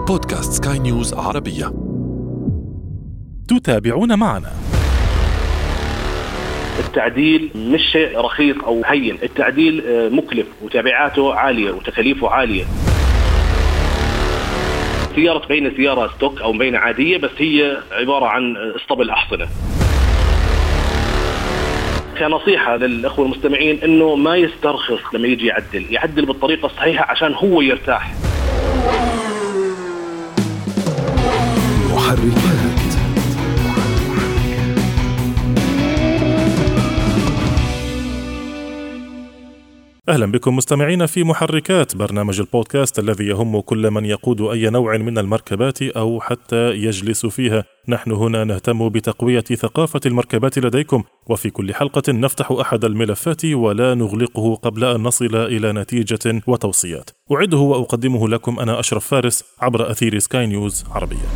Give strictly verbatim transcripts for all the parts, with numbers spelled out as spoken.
بودكاست سكاي نيوز عربية. تتابعون معنا. التعديل مش شيء رخيص أو هين، التعديل مكلف وتبعاته عالية وتكاليفه عالية. سيارة بين سيارة ستوك أو بين عادية، بس هي عبارة عن اسطبل أحصنة. كنصيحة للأخوة المستمعين إنه ما يسترخص لما يجي يعدل، يعدل بالطريقة الصحيحة عشان هو يرتاح. محركات. أهلا بكم مستمعين في محركات، برنامج البودكاست الذي يهم كل من يقود أي نوع من المركبات أو حتى يجلس فيها. نحن هنا نهتم بتقوية ثقافة المركبات لديكم، وفي كل حلقة نفتح أحد الملفات ولا نغلقه قبل أن نصل إلى نتيجة وتوصيات. أعده وأقدمه لكم أنا أشرف فارس عبر أثير سكاي نيوز عربية.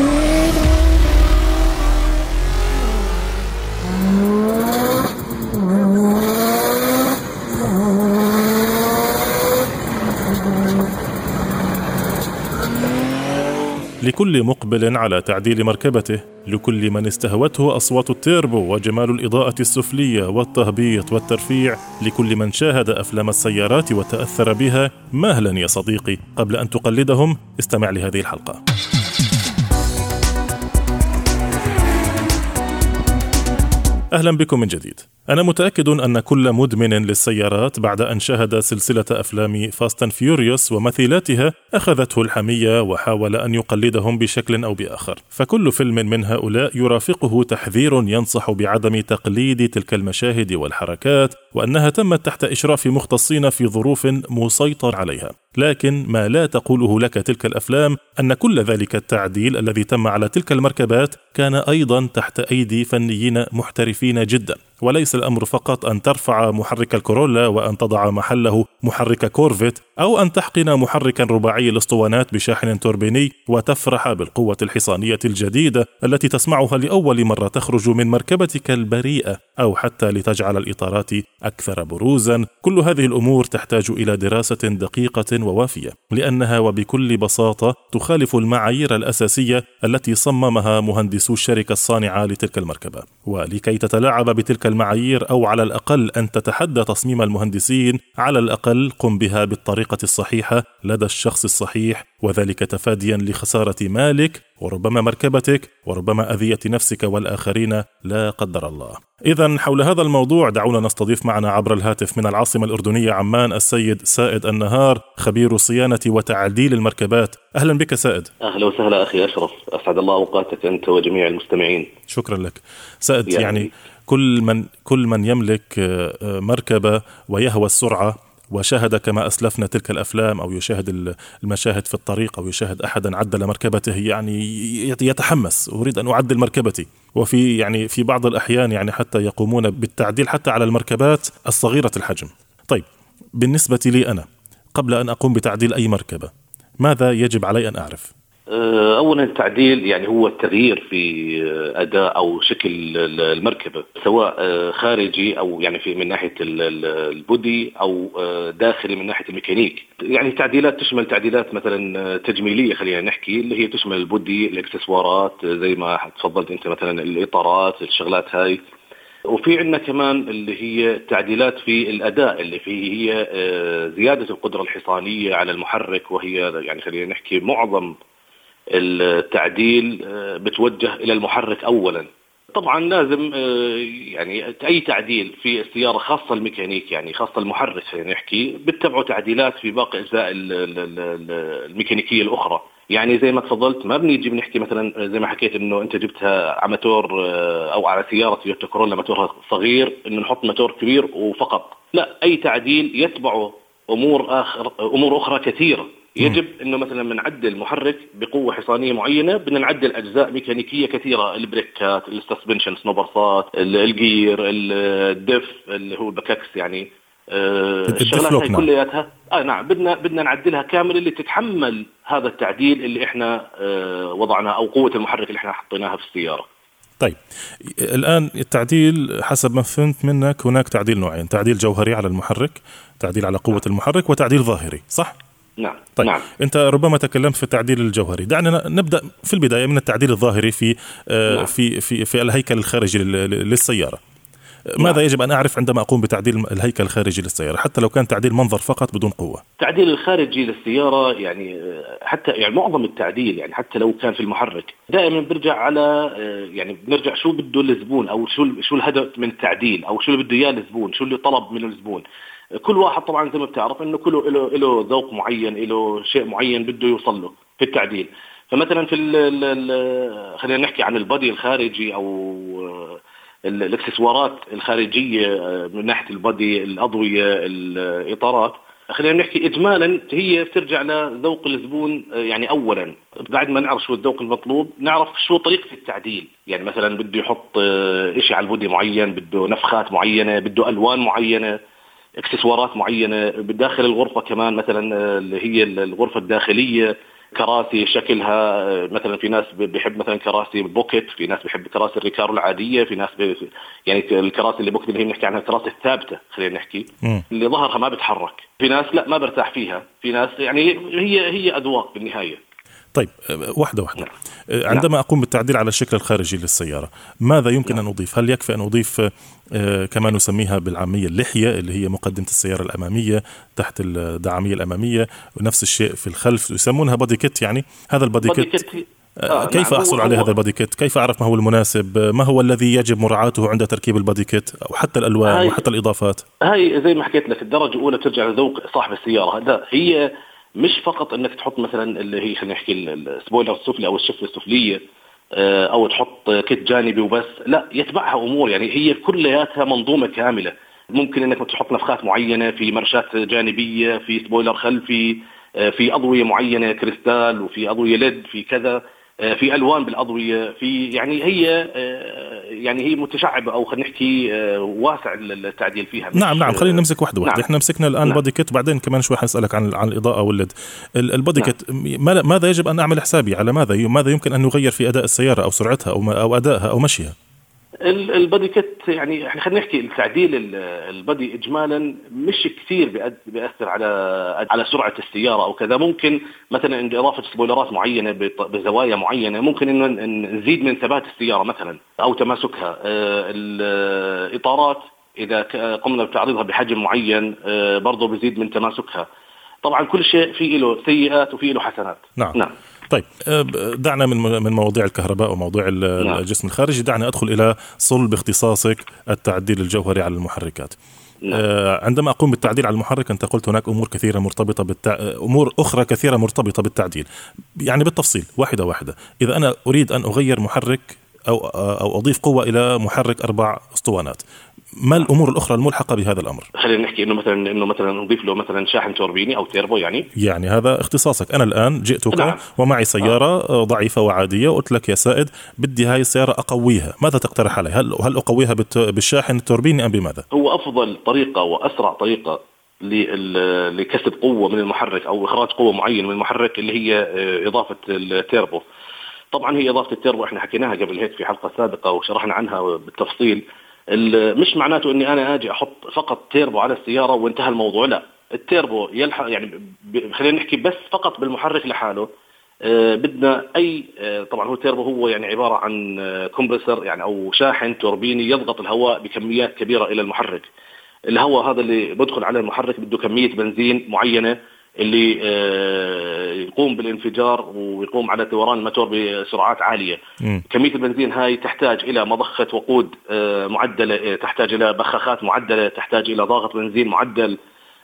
لكل مقبل على تعديل مركبته، لكل من استهوته أصوات التيربو وجمال الإضاءة السفلية والتهبيط والترفيع، لكل من شاهد أفلام السيارات وتأثر بها، مهلا يا صديقي. قبل أن تقلدهم استمع لهذه الحلقة. أهلا بكم من جديد. أنا متأكد أن كل مدمن للسيارات بعد أن شاهد سلسلة أفلام فاست أند فيوريوس ومثيلاتها أخذته الحمية وحاول أن يقلدهم بشكل أو بآخر، فكل فيلم من هؤلاء يرافقه تحذير ينصح بعدم تقليد تلك المشاهد والحركات، وأنها تمت تحت إشراف مختصين في ظروف مسيطر عليها. لكن ما لا تقوله لك تلك الأفلام أن كل ذلك التعديل الذي تم على تلك المركبات كان أيضا تحت أيدي فنيين محترفين جدا، وليس الأمر فقط أن ترفع محرك الكورولا وأن تضع محله محرك كورفيت، أو أن تحقن محركا رباعي الأسطوانات بشاحن توربيني وتفرح بالقوة الحصانية الجديدة التي تسمعها لأول مرة تخرج من مركبتك البريئة، أو حتى لتجعل الإطارات أكثر بروزا. كل هذه الأمور تحتاج إلى دراسة دقيقة ووافية، لأنها وبكل بساطة تخالف المعايير الأساسية التي صممها مهندسو الشركة الصانعة لتلك المركبة. ولكي تتلاعب بتلك المعايير، أو على الأقل أن تتحدى تصميم المهندسين، على الأقل قم بها بالطريقة الصحيحة لدى الشخص الصحيح، وذلك تفاديا لخسارة مالك وربما مركبتك وربما أذية نفسك والآخرين لا قدر الله. إذن حول هذا الموضوع دعونا نستضيف معنا عبر الهاتف من العاصمة الأردنية عمان السيد سائد النهار، خبير صيانة وتعديل المركبات. أهلا بك سائد. أهلا وسهلا أخي أشرف، أسعد الله أوقاتك أنت وجميع المستمعين. شكرا لك سائد. يعني, يعني كل من كل من يملك مركبة ويهوى السرعة وشاهد كما أسلفنا تلك الأفلام، أو يشاهد المشاهد في الطريق، أو يشاهد أحدا عدل مركبته، يعني يتحمس، أريد أن أعدل مركبتي. وفي يعني في بعض الأحيان يعني حتى يقومون بالتعديل حتى على المركبات الصغيرة الحجم. طيب، بالنسبة لي أنا قبل أن أقوم بتعديل أي مركبة ماذا يجب علي أن أعرف؟ أولا التعديل يعني هو التغيير في أداء أو شكل المركبة، سواء خارجي أو يعني في من ناحية البودي أو داخلي من ناحية الميكانيك. يعني تعديلات تشمل تعديلات مثلا تجميلية، خلينا نحكي، اللي هي تشمل البودي، الإكسسوارات زي ما تفضلت أنت، مثلا الإطارات، الشغلات هاي. وفي عندنا كمان اللي هي تعديلات في الأداء، اللي فيه هي زيادة القدرة الحصانية على المحرك، وهي يعني خلينا نحكي معظم التعديل بتوجه إلى المحرك أولا. طبعا لازم يعني أي تعديل في السيارة خاصة الميكانيك، يعني خاصة المحرك خلينا نحكي، بتتبعوا تعديلات في باقي أجزاء الميكانيكية الأخرى. يعني زي ما تفضلت، ما بنيجي بنحكي مثلا زي ما حكيت إنه أنت جبتها على موتور أو على سيارة تويوتا كورولا موتورها صغير إنه نحط موتور كبير وفقط. لا، أي تعديل يتبعه أمور آخر أمور أخرى كثيرة. يجب إنه مثلا بنعدل محرك بقوة حصانية معينة، بدنا نعدل أجزاء ميكانيكية كثيرة، البريكات، السسبنشن، سنوبرسات، الجير، الدف اللي هو البكاكس، يعني آه الشغلات هاي كلياتها آه نعم بدنا بدنا نعدلها كامل اللي تتحمل هذا التعديل اللي إحنا آه وضعناه، أو قوة المحرك اللي إحنا حطيناها في السيارة. طيب، الآن التعديل حسب ما فهمت منك هناك تعديل نوعين: تعديل جوهري على المحرك، تعديل على قوة المحرك، وتعديل ظاهري، صح؟ نعم. طيب نعم. أنت ربما تكلمت في التعديل الجوهري، دعنا نبدأ في البداية من التعديل الظاهري في نعم. في في في الهيكل الخارجي للسيارة. ماذا نعم. يجب أن أعرف عندما أقوم بتعديل الهيكل الخارجي للسيارة، حتى لو كان تعديل منظر فقط بدون قوة؟ التعديل الخارجي للسيارة يعني حتى يعني معظم التعديل يعني حتى لو كان في المحرك دائما بنرجع على يعني بنرجع شو بده الزبون أو شو شو الهدف من التعديل أو شو اللي بده إياه الزبون، شو اللي طلب من الزبون. كل واحد طبعا زي ما بتعرف إنه كله له له ذوق معين، له شيء معين بده يوصل له في التعديل. فمثلا في ال خلينا نحكي عن البادي الخارجي أو الاكسسوارات الخارجية من ناحية البادي، الأضوية، الإطارات، خلينا نحكي إجمالا هي بترجع لذوق الزبون. يعني أولا بعد ما نعرف شو الذوق المطلوب نعرف شو طريقة التعديل. يعني مثلا بده يحط إشي على البودي معين، بده نفخات معينة، بده ألوان معينة، اكسسوارات معينة بداخل الغرفة كمان، مثلا اللي هي الغرفة الداخلية، كراسي شكلها مثلا في ناس بيحب مثلا كراسي بوكيت، في ناس بيحب كراسي الريكارو العادية، في ناس يعني الكراسي اللي بوكيت اللي هي بنحكي عنها الكراسي الثابتة خلينا نحكي م. اللي ظهرها ما بتحرك، في ناس لا ما برتاح فيها، في ناس يعني هي هي أذواق بالنهاية. طيب واحدة واحدة. نعم. عندما أقوم بالتعديل على الشكل الخارجي للسيارة ماذا يمكن نعم. أن أضيف؟ هل يكفي أن أضيف كما نسميها بالعامية اللحية اللي هي مقدمة السيارة الأمامية تحت الدعامية الأمامية، ونفس الشيء في الخلف يسمونها بادي كيت؟ يعني هذا البادي كيت آه كيف نعم. أحصل على هذا البادي كيت؟ كيف أعرف ما هو المناسب؟ ما هو الذي يجب مراعاته عند تركيب البادي كيت أو حتى الألوان هاي وحتى الإضافات؟ هاي زي ما حكيت لك الدرجة الأولى بترجع لذوق صاحب السيارة. هذا هي مش فقط انك تحط مثلا اللي هي خلينا نحكي السبويلر السفلي او الشفه السفليه او تحط كيت جانبي وبس، لا يتبعها امور. يعني هي كلياتها منظومه كامله. ممكن انك تحط نفخات معينه في مرشات جانبيه، في سبويلر خلفي، في اضويه معينه كريستال، وفي اضويه ليد، في كذا، في الوان بالاضويه، في يعني هي يعني هي متشعبه او خلينا نحكي واسع التعديل فيها. نعم نعم خلينا نمسك واحده واحده. نعم. احنا مسكنا الان نعم. بادي كيت، بعدين كمان شوي حنسالك عن عن الاضاءه والليد. البادي نعم. كيت ماذا يجب ان اعمل حسابي على ماذا ماذا يمكن ان نغير في اداء السياره او سرعتها او او ادائها او مشيها؟ البادي كيت يعني احنا خلينا نحكي التعديل البادي اجمالا مش كثير بيأثر على على سرعه السياره او كذا. ممكن مثلا عند اضافه سبويلرات معينه بزوايا معينه ممكن انه نزيد من ثبات السياره مثلا او تماسكها. الاطارات اذا قمنا بتعريضها بحجم معين برضه بيزيد من تماسكها. طبعا كل شيء فيه له سيئات وفيه له حسنات. نعم. نعم. طيب دعنا من من مواضيع الكهرباء وموضوع الجسم الخارجي، دعنا أدخل إلى صلب اختصاصك التعديل الجوهري على المحركات. نعم. عندما أقوم بالتعديل على المحرك أنت قلت هناك أمور كثيرة مرتبطة بالتع... أمور أخرى كثيرة مرتبطة بالتعديل. يعني بالتفصيل واحدة واحدة، إذا أنا أريد أن أغير محرك أو أو أضيف قوة إلى محرك أربع أسطوانات، ما الأمور الأخرى الملحقة بهذا الأمر؟ خلينا نحكي إنه مثلا إنه مثلا نضيف له مثلا شاحن توربيني أو تيربو. يعني يعني هذا اختصاصك. أنا الآن جئتك نعم. ومعي سيارة آه. ضعيفة وعادية، وقلت لك يا سائد بدي هاي السيارة أقويها، ماذا تقترح علي؟ هل هل أقويها بالشاحن التوربيني أم بماذا؟ هو أفضل طريقة وأسرع طريقة لكسب قوة من المحرك أو إخراج قوة معينة من المحرك اللي هي إضافة التيربو. طبعا هي إضافة التيربو احنا حكيناها قبل هيك في حلقة سابقة وشرحنا عنها بالتفصيل. مش معناته اني انا اجي احط فقط تيربو على السيارة وانتهى الموضوع، لا. التيربو يلحق يعني خلينا نحكي بس فقط بالمحرك لحاله. آه بدنا اي آه طبعا هو التيربو هو يعني عبارة عن آه كومبريسر يعني او شاحن توربيني يضغط الهواء بكميات كبيرة الى المحرك. الهواء هذا اللي بدخل على المحرك بده كمية بنزين معينة اللي آه يقوم بالانفجار ويقوم على دوران الموتور بسرعات عالية. م. كمية البنزين هاي تحتاج إلى مضخة وقود آه معدلة، تحتاج إلى بخاخات معدلة، تحتاج إلى ضغط بنزين معدل.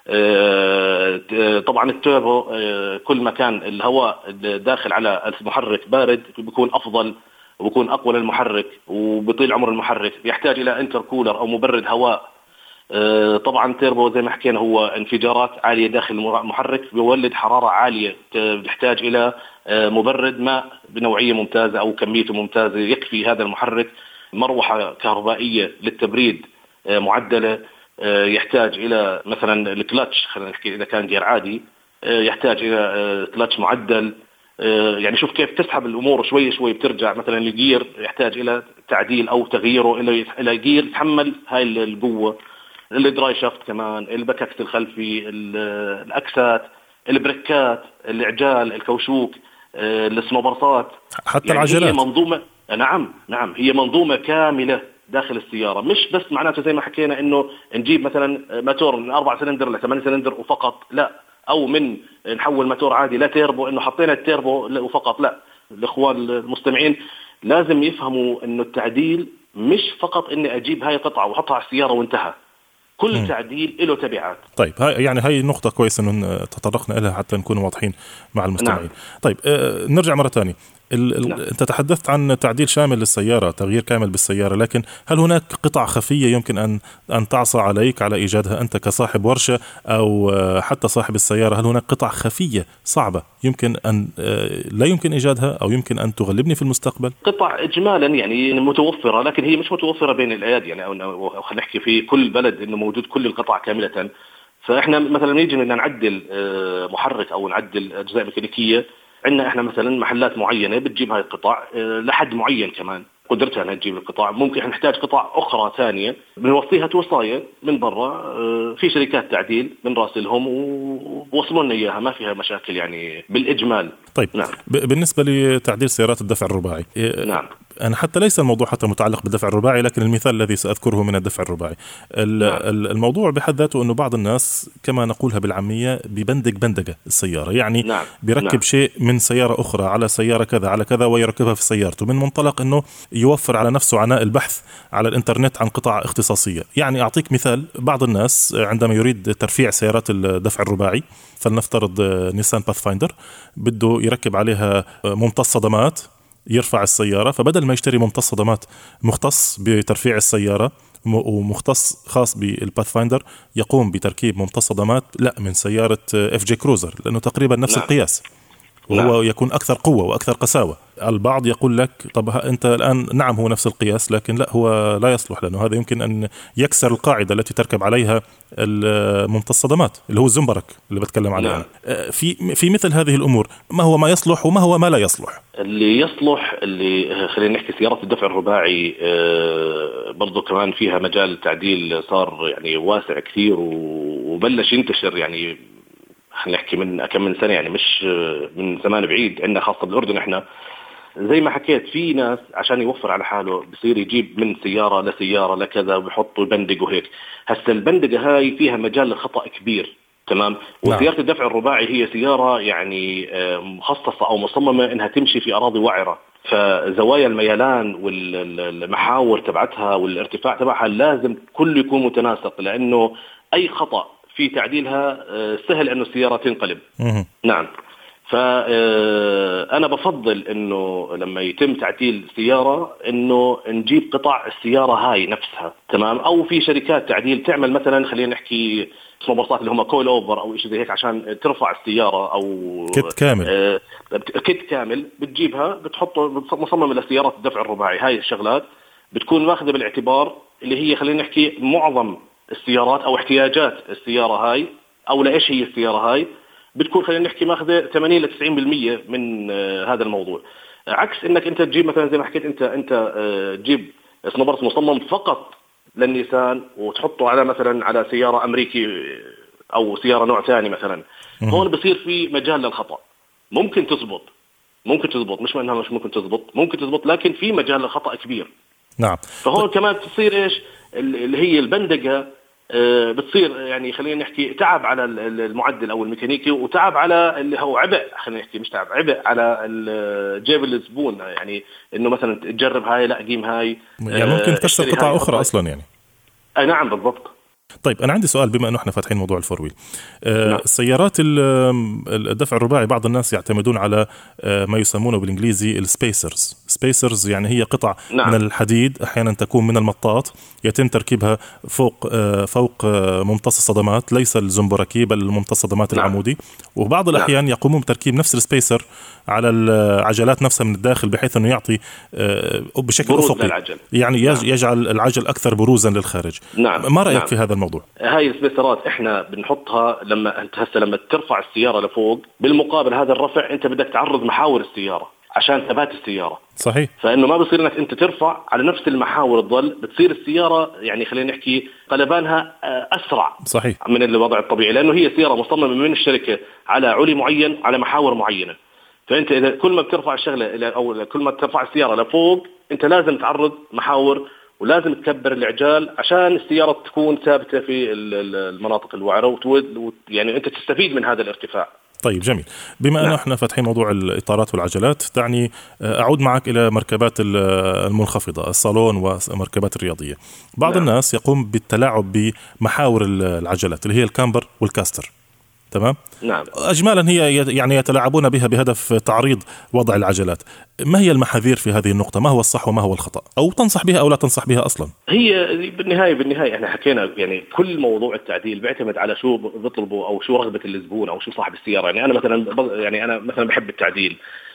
آه طبعا التوربو آه كل ما كان الهواء داخل على المحرك بارد بيكون أفضل وبيكون أقوى للمحرك وبيطيل عمر المحرك. يحتاج إلى انتركولر أو مبرد هواء. طبعا تيربو زي ما حكينا هو انفجارات عالية داخل المحرك بيولد حرارة عالية، تحتاج إلى مبرد ماء بنوعية ممتازة أو كميته ممتازة يكفي هذا المحرك. مروحة كهربائية للتبريد معدلة. يحتاج إلى مثلا الكلاتش، خلينا نحكي إذا كان جير عادي يحتاج إلى كلاتش معدل. يعني شوف كيف تسحب الأمور شوي شوي بترجع. مثلا الجير يحتاج إلى تعديل أو تغييره إلى إلى جير يتحمل هاي القوة. الدراي شافت كمان، الباككس الخلفي، الأكسات، البريكات، العجال، الكوشوك، السنوبرتات، حتى يعني العجلات. هي منظومة. نعم نعم هي منظومة كاملة داخل السيارة، مش بس معناته زي ما حكينا إنه نجيب مثلا موتور من أربع سلندر لثمان سلندر وفقط، لا، أو من نحول موتور عادي لا تيربو إنه حطينا التيربو وفقط، لا. الإخوان المستمعين لازم يفهموا إنه التعديل مش فقط إني أجيب هاي قطعة وحطها على السيارة وانتهى. كل م. تعديل له تبعات. طيب هاي يعني هاي نقطة كويسة إنه تطرقنا لها حتى نكون واضحين مع المستمعين. نعم. طيب آه نرجع مرة تانية. ال نعم. أنت تحدثت عن تعديل شامل للسيارة، تغيير كامل بالسيارة، لكن هل هناك قطع خفية يمكن أن أن تعصى عليك على إيجادها أنت كصاحب ورشة أو حتى صاحب السيارة؟ هل هناك قطع خفية صعبة يمكن أن لا يمكن إيجادها أو يمكن أن تغلبني في المستقبل؟ قطع إجمالا يعني متوفرة، لكن هي مش متوفرة بين الأيادي، يعني أو خلينا نحكي في كل بلد إنه موجود كل القطع كاملة. فإحنا مثلا نيجي بدنا نعدل محرك أو نعدل أجزاء ميكانيكية، عندنا إحنا مثلا محلات معينة بتجيب هاي القطع لحد معين، كمان قدرتها أنها تجيب القطع. ممكن إحنا نحتاج قطع أخرى ثانية بنوصيها توصاية من برا، في شركات تعديل بنراسلهم ووصلوا لنا إياها، ما فيها مشاكل يعني بالإجمال. طيب نعم. بالنسبة لتعديل سيارات الدفع الرباعي، نعم أنا حتى ليس الموضوع حتى متعلق بالدفع الرباعي، لكن المثال الذي سأذكره من الدفع الرباعي، نعم. الموضوع بحد ذاته أنه بعض الناس كما نقولها بالعامية ببندق بندقة السيارة، يعني نعم. بيركب نعم. شيء من سيارة أخرى على سيارة كذا على كذا ويركبها في سيارته من منطلق أنه يوفر على نفسه عناء البحث على الإنترنت عن قطع اختصاصية. يعني أعطيك مثال، بعض الناس عندما يريد ترفيع سيارات الدفع الرباعي، فلنفترض نيسان باثفايندر، بده يركب عليها ممتص صدمات يرفع السيارة، فبدل ما يشتري ممتص صدمات مختص بترفيع السيارة ومختص خاص بالباثفايندر، يقوم بتركيب ممتص صدمات لا من سيارة اف جي كروزر، لأنه تقريبا نفس نعم. القياس، وهو نعم. يكون أكثر قوة وأكثر قساوة. البعض يقول لك طب أنت الآن نعم هو نفس القياس، لكن لا، هو لا يصلح، لأنه هذا يمكن أن يكسر القاعدة التي تركب عليها الممتص الصدمات اللي هو الزنبرك اللي بتكلم عليه. نعم. في في مثل هذه الأمور ما هو ما يصلح وما هو ما لا يصلح؟ اللي يصلح اللي خلينا نحكي سيارات الدفع الرباعي برضو كمان فيها مجال تعديل صار يعني واسع كثير وبلش ينتشر، يعني خلينا نحكي من كم من سنة، يعني مش من زمان بعيد. عندنا خاصة بالأردن احنا زي ما حكيت في ناس عشان يوفر على حاله بصير يجيب من سيارة لسيارة لكذا ويحطوا بندق وهيك. هسه البندقة هاي فيها مجال للخطأ كبير، تمام. وسيارة الدفع الرباعي هي سيارة يعني مخصصة أو مصممة إنها تمشي في أراضي وعرة، فزوايا الميلان والمحاور تبعتها والارتفاع تبعها لازم كله يكون متناسق، لأنه أي خطأ في تعديلها سهل أنه السيارة تنقلب. نعم. فأنا بفضل أنه لما يتم تعديل سيارة أنه نجيب قطع السيارة هاي نفسها، تمام. أو في شركات تعديل تعمل مثلا خلينا نحكي سنوبرتات اللي هم كول أوفر أو إشي زي هيك عشان ترفع السيارة، أو كت كامل آه كت كامل بتجيبها بتحطه مصمم للسيارات الدفع الرباعي. هاي الشغلات بتكون واخدة بالاعتبار اللي هي خلينا نحكي معظم السيارات أو احتياجات السيارة هاي، أو لإيش هي السيارة هاي، بتكون خلينا نحكي ماخذة ثمانين إلى تسعين بالمية من آه هذا الموضوع. عكس إنك أنت تجيب مثلا زي ما حكيت أنت أنت آه تجيب سنوبرت مصمم فقط للنيسان وتحطه على مثلا على سيارة أمريكي أو سيارة نوع ثاني مثلا، هون بصير في مجال للخطأ. ممكن تزبط ممكن تزبط مش معناها مش ممكن تزبط، ممكن تزبط، لكن في مجال للخطأ كبير. نعم. فهون كمان تصير إيش اللي هي البندقة، آه بتصير يعني خلينا نحكي تعب على المعدل أو الميكانيكي، وتعب على اللي هو عبء، خلينا نحكي مش تعب، عبء على جيب الزبون، يعني إنه مثلا تجرب هاي لا قيم هاي، يعني ممكن تكسر قطع أخرى أصلا يعني. أي نعم بالضبط. طيب أنا عندي سؤال، بما أنه إحنا فاتحين موضوع الفورويل، آه نعم. السيارات الدفع الرباعي بعض الناس يعتمدون على آه ما يسمونه بالإنجليزي السبيسرز. سبيسرز يعني هي قطع نعم. من الحديد، أحيانا تكون من المطاط، يتم تركيبها فوق آه فوق آه ممتص الصدمات، ليس الزنبركي بل الممتص الصدمات نعم. العمودي. وبعض الأحيان نعم. يقومون بتركيب نفس السبيسر على العجلات نفسها من الداخل، بحيث أنه يعطي آه بشكل أفقي، يعني نعم. يجعل العجل أكثر بروزا للخارج. نعم. ما رأيك نعم. في هذا الموضوع؟ هاي السبيسرات احنا بنحطها لما انت هسه لما ترفع السياره لفوق، بالمقابل هذا الرفع انت بدك تعرض محاور السياره، عشان ثبات السيارة. صحيح. فإنه ما بصير إنك أنت ترفع على نفس المحاور تظل، بتصير السيارة يعني خلينا نحكي قلبانها أسرع. صحيح. من الوضع الطبيعي، لأنه هي سيارة مصممة من الشركة على علي معين على محاور معينة. فأنت إذا كل ما بترفع الشغلة إلى أو كل ما ترفع السيارة لفوق أنت لازم تعرض محاور ولازم تكبر العجال عشان السيارة تكون ثابتة في المناطق الوعرة وتود يعني أنت تستفيد من هذا الارتفاع. طيب جميل. بما أنه احنا فاتحين موضوع الإطارات والعجلات، دعني أعود معك إلى مركبات المنخفضة، الصالون ومركبات الرياضية. بعض نعم. الناس يقوم بالتلاعب بمحاور العجلات اللي هي الكامبر والكاستر، تمام؟ نعم. أجمالا هي يعني يتلاعبون بها بهدف تعريض وضع العجلات. ما هي المحاذير في هذه النقطة؟ ما هو الصح وما هو الخطأ؟ أو تنصح بها أو لا تنصح بها أصلا؟ هي بالنهاية بالنهاية احنا حكينا يعني كل موضوع التعديل بيعتمد على شو بيطلبوا أو شو رغبة الزبون أو شو صاحب السيارة. يعني أنا مثلا يعني أنا مثلا بحب التعديل.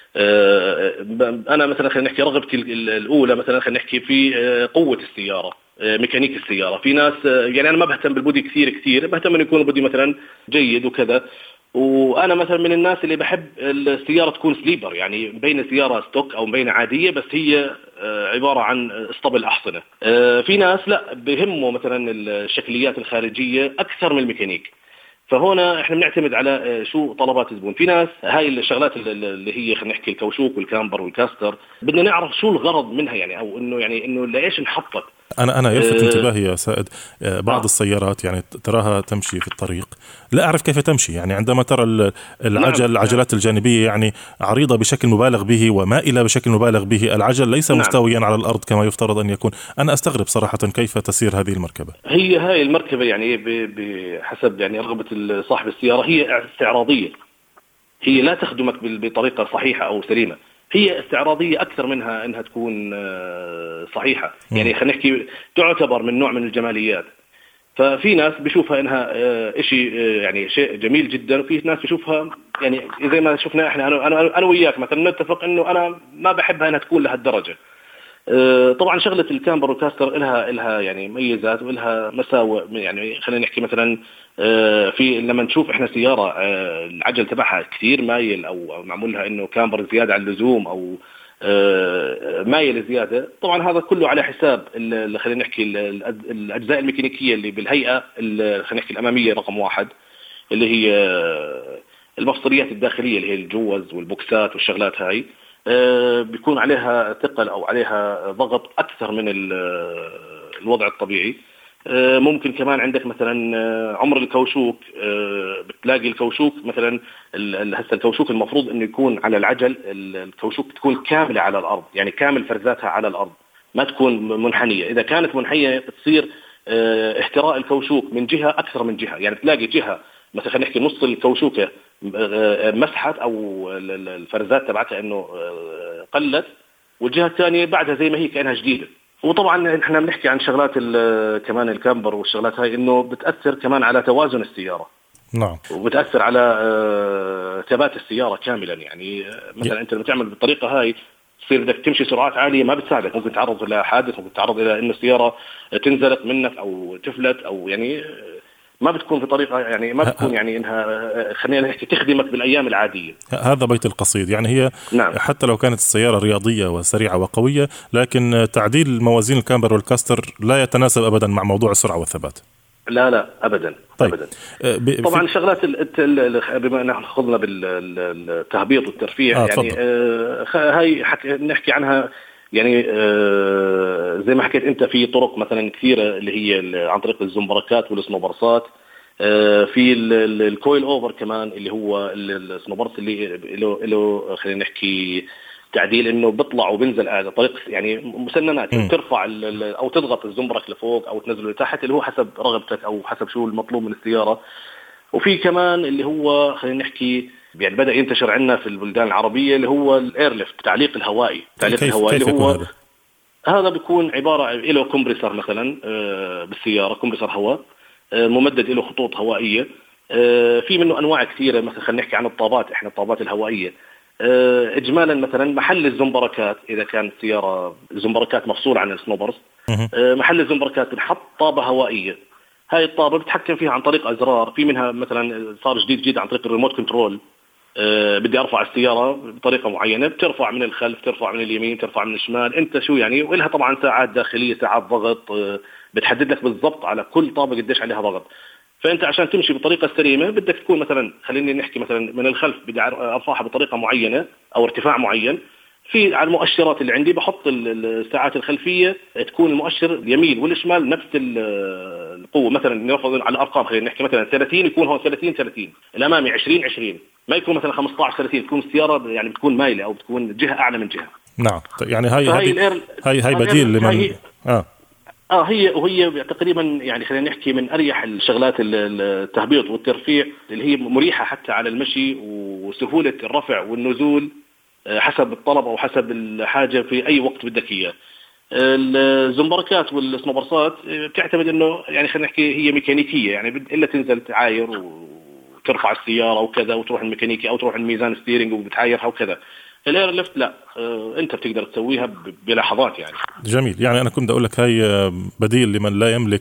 أنا مثلا خلينا نحكي رغبتي الأولى مثلا خلينا نحكي في قوة السيارة، ميكانيك السيارة. في ناس يعني أنا ما بهتم بالبودي كثير كثير، بهتم أن يكون البودي مثلا جيد وكذا. وأنا مثلا من الناس اللي بحب السيارة تكون سليبر، يعني بين سيارة ستوك أو بين عادية بس هي عبارة عن اسطبل أحصنة. في ناس لا بهمه مثلا الشكليات الخارجية أكثر من الميكانيك. فهنا احنا بنعتمد على شو طلبات الزبون. في ناس هاي الشغلات اللي هي خلينا نحكي الكوشوك والكامبر والكاستر بدنا نعرف شو الغرض منها، يعني او انه يعني انه ليش انحطت. انا انا يلفت أه انتباهي يا سائد بعض آه. السيارات يعني تراها تمشي في الطريق لا اعرف كيف تمشي، يعني عندما ترى العجل العجلات نعم. الجانبيه يعني عريضه بشكل مبالغ به ومائله بشكل مبالغ به، العجل ليس نعم. مستويا على الارض كما يفترض ان يكون. انا استغرب صراحه كيف تسير هذه المركبه. هي هاي المركبه يعني بحسب يعني رغبه صاحب السياره هي استعراضيه، هي لا تخدمك بطريقه صحيحه او سليمه، هي استعراضية أكثر منها أنها تكون صحيحة. يعني خلينا نحكي تعتبر من نوع من الجماليات. ففي ناس بيشوفها إنها إشي يعني شيء جميل جدا، وفي ناس بيشوفها يعني زي ما شفنا إحنا أنا أنا أنا وياك مثلا نتفق إنه أنا ما بحبها إنها تكون لهالدرجة. طبعا شغلة الكامبر والكاستر إلها إلها يعني ميزات وإلها مساوئ. يعني خلينا نحكي مثلا في لما نشوف إحنا سيارة العجل تبعها كثير مايل أو معمول لها إنه كامبر زيادة عن اللزوم أو مايل زيادة، طبعا هذا كله على حساب خلينا نحكي الأجزاء الميكانيكية اللي بالهيئة خلينا نحكي الأمامية رقم واحد اللي هي المفصليات الداخلية اللي هي الجوز والبوكسات والشغلات هاي بيكون عليها ثقل أو عليها ضغط أكثر من الوضع الطبيعي. ممكن كمان عندك مثلا عمر الكوشوك، بتلاقي الكوشوك مثلا هسه الكوشوك المفروض انه يكون على العجل الكوشوك تكون كاملة على الأرض، يعني كامل فرزاتها على الأرض ما تكون منحنية. إذا كانت منحنية بتصير احتراء الكوشوك من جهة أكثر من جهة، يعني تلاقي جهة مثلا خلينا نحكي نص الكوشوكة مسحت أو الفرزات تبعتها انه قلت، والجهة الثانية بعدها زي ما هي كأنها جديدة. وطبعا احنا بنحكي عن شغلات كمان الكامبر والشغلات هاي انه بتأثر كمان على توازن السيارة. نعم. وبتأثر على ثبات السيارة كاملا. يعني مثلا انت لما تعمل بالطريقة هاي تصير بدك تمشي سرعات عالية ما بتساعدك، ممكن تعرض الى حادث، ممكن تعرض الى انه السيارة تنزلق منك او تفلت او يعني ما بتكون في طريقة يعني ما بتكون يعني إنها خلينا نحكي تخدمك بالأيام العادية. هذا بيت القصيد. يعني هي نعم. حتى لو كانت السيارة رياضية وسريعة وقوية، لكن تعديل موازين الكامبر والكاستر لا يتناسب أبدا مع موضوع السرعة والثبات. لا لا أبدا. طيب. أبدا. ب... طبعا شغلات بما أن احنا خضنا بالتهبيط والترفيه آه يعني آه هاي حك... نحكي عنها يعني آه زي ما حكيت انت في طرق مثلا كثيرة اللي هي عن طريق الزنبركات والسنوبرسات، آه في الكويل اوفر كمان اللي هو السنوبرس اللي له له خلينا نحكي تعديل انه بيطلع وبنزل على طريق يعني مسننات، م. ترفع او تضغط الزنبرك لفوق او تنزله لتحت اللي هو حسب رغبتك او حسب شو المطلوب من السيارة. وفي كمان اللي هو خلينا نحكي يعني بدأ ينتشر عندنا في البلدان العربية اللي هو الايرليفت، التعليق الهوائي. التعليق كيف الهوائي كيف اللي هو هذا؟ هذا بيكون عبارة له كومبريسر مثلا بالسيارة، كومبريسر هواء ممدد له خطوط هوائية. في منه أنواع كثيرة، مثلا خلينا نحكي عن الطابات، إحنا الطابات الهوائية إجمالا مثلا محل الزنبركات إذا كانت سيارة الزنبركات مفصول عن السنوبرز، محل الزنبركات بنحط طابة هوائية. هاي الطابة بتحكم فيها عن طريق أزرار، في منها مثلا صار جديد جديد عن طريق الريموت كنترول، أه بدي ارفع السياره بطريقه معينه، بترفع من الخلف، ترفع من اليمين، ترفع من الشمال، انت شو يعني. ولها طبعا ساعات داخليه، ساعات ضغط، أه بتحدد لك بالضبط على كل طابق قديش عليها ضغط. فانت عشان تمشي بالطريقه السليمه بدك تكون مثلا، خليني نحكي مثلا من الخلف بدي ارفعها بطريقه معينه او ارتفاع معين. في على المؤشرات اللي عندي بحط الساعات الخلفيه تكون المؤشر اليمين والشمال نفس القوه. مثلا نرفض على الارقام، خلينا نحكي مثلا ثلاثين يكون هون ثلاثين ثلاثين، الامامي عشرين عشرين، ما يكون مثلا خمسة عشر ثلاثين، تكون السياره يعني بتكون مايله او بتكون جهه اعلى من جهه. نعم، يعني هاي هاي هاي, هاي بديل لمن اه اه هي وهي تقريبا يعني خلينا نحكي من اريح الشغلات التهبيط والترفيع، اللي هي مريحه حتى على المشي وسهوله الرفع والنزول حسب الطلب او حسب الحاجه في اي وقت بدك اياه. الزمبركات والسنوبرسات بتعتمد انه يعني خلينا نحكي هي ميكانيكيه، يعني الا تنزل تعاير وترفع السياره وكذا وتروح الميكانيكي او تروح الميزان ستيرنج وبتعايرها وكذا. الاير ليفت لا، انت بتقدر تسويها بلحظات يعني. جميل. يعني انا كنت اقول لك هاي بديل لمن لا يملك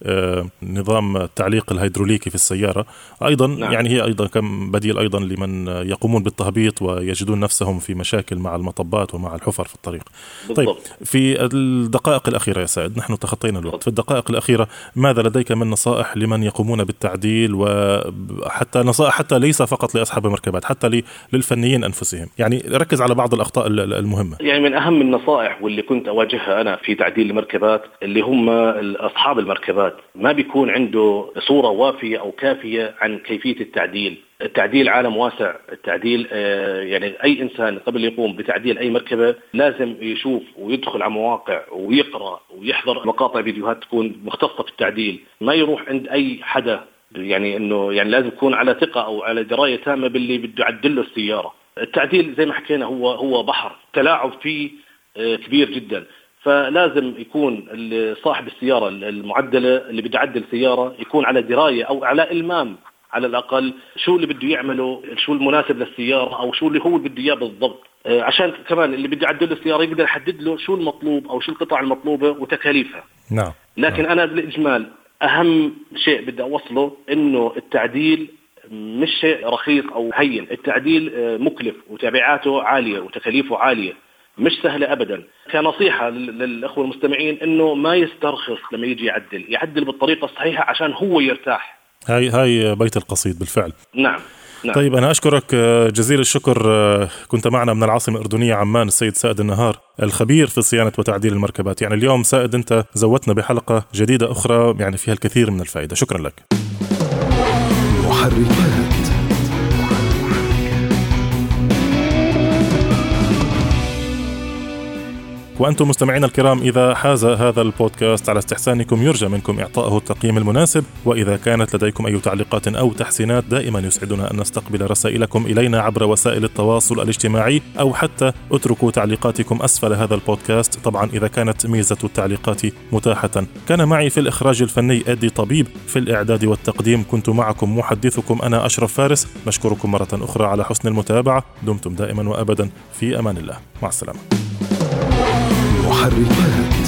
نظام التعليق الهيدروليكي في السياره ايضا. نعم. يعني هي ايضا كم بديل ايضا لمن يقومون بالتهبيط ويجدون نفسهم في مشاكل مع المطبات ومع الحفر في الطريق. بالضبط. طيب في الدقائق الاخيره يا سائد، نحن تخطينا الوقت، في الدقائق الاخيره ماذا لديك من نصائح لمن يقومون بالتعديل، وحتى نصائح حتى ليس فقط لاصحاب المركبات، حتى للفنيين انفسهم، يعني ركز على بعض الأخطاء المهمة. يعني من أهم النصائح واللي كنت أواجهها أنا في تعديل المركبات اللي هم أصحاب المركبات ما بيكون عنده صورة وافية أو كافية عن كيفية التعديل. التعديل عالم واسع. التعديل آه يعني أي إنسان قبل يقوم بتعديل أي مركبة لازم يشوف ويدخل على مواقع ويقرأ ويحضر مقاطع فيديوهات تكون مختصة في التعديل، ما يروح عند أي حدا يعني إنه يعني لازم يكون على ثقة أو على دراية تامة باللي بده يعدل له السيارة. التعديل زي ما حكينا هو هو بحر تلاعب فيه كبير جدا، فلازم يكون صاحب السيارة المعدلة اللي بده يعدل سيارة يكون على دراية أو على إلمام على الأقل شو اللي بده يعمله، شو المناسب للسيارة أو شو اللي هو بده إياه بالضبط، عشان كمان اللي بده يعدل السيارة يقدر يحدد له شو المطلوب أو شو القطع المطلوبة وتكاليفها. نعم. لكن نعم. أنا بالإجمال أهم شيء بدي أوصله إنه التعديل مش شيء رخيص أو هين. التعديل مكلف وتبعاته عالية وتكاليفه عالية، مش سهلة أبدا. كنصيحة للأخوة المستمعين إنه ما يسترخص لما يجي يعدل، يعدل بالطريقة الصحيحة عشان هو يرتاح. هاي هاي بيت القصيد بالفعل. نعم. نعم. طيب أنا أشكرك جزيل الشكر. كنت معنا من العاصمة الأردنية عمان السيد سائد النهار الخبير في صيانة وتعديل المركبات. يعني اليوم سائد أنت زودتنا بحلقة جديدة أخرى يعني فيها الكثير من الفائدة. شكرا لك. محركات. وأنتم مستمعين الكرام، إذا حاز هذا البودكاست على استحسانكم يرجى منكم إعطائه التقييم المناسب، وإذا كانت لديكم أي تعليقات أو تحسينات دائما يسعدنا أن نستقبل رسائلكم إلينا عبر وسائل التواصل الاجتماعي، أو حتى اتركوا تعليقاتكم أسفل هذا البودكاست، طبعا إذا كانت ميزة التعليقات متاحة. كان معي في الإخراج الفني أدي طبيب، في الإعداد والتقديم كنت معكم محدثكم أنا أشرف فارس. نشكركم مرة أخرى على حسن المتابعة. دمتم دائما وأبدا في أمان الله. مع السلامة. محركات.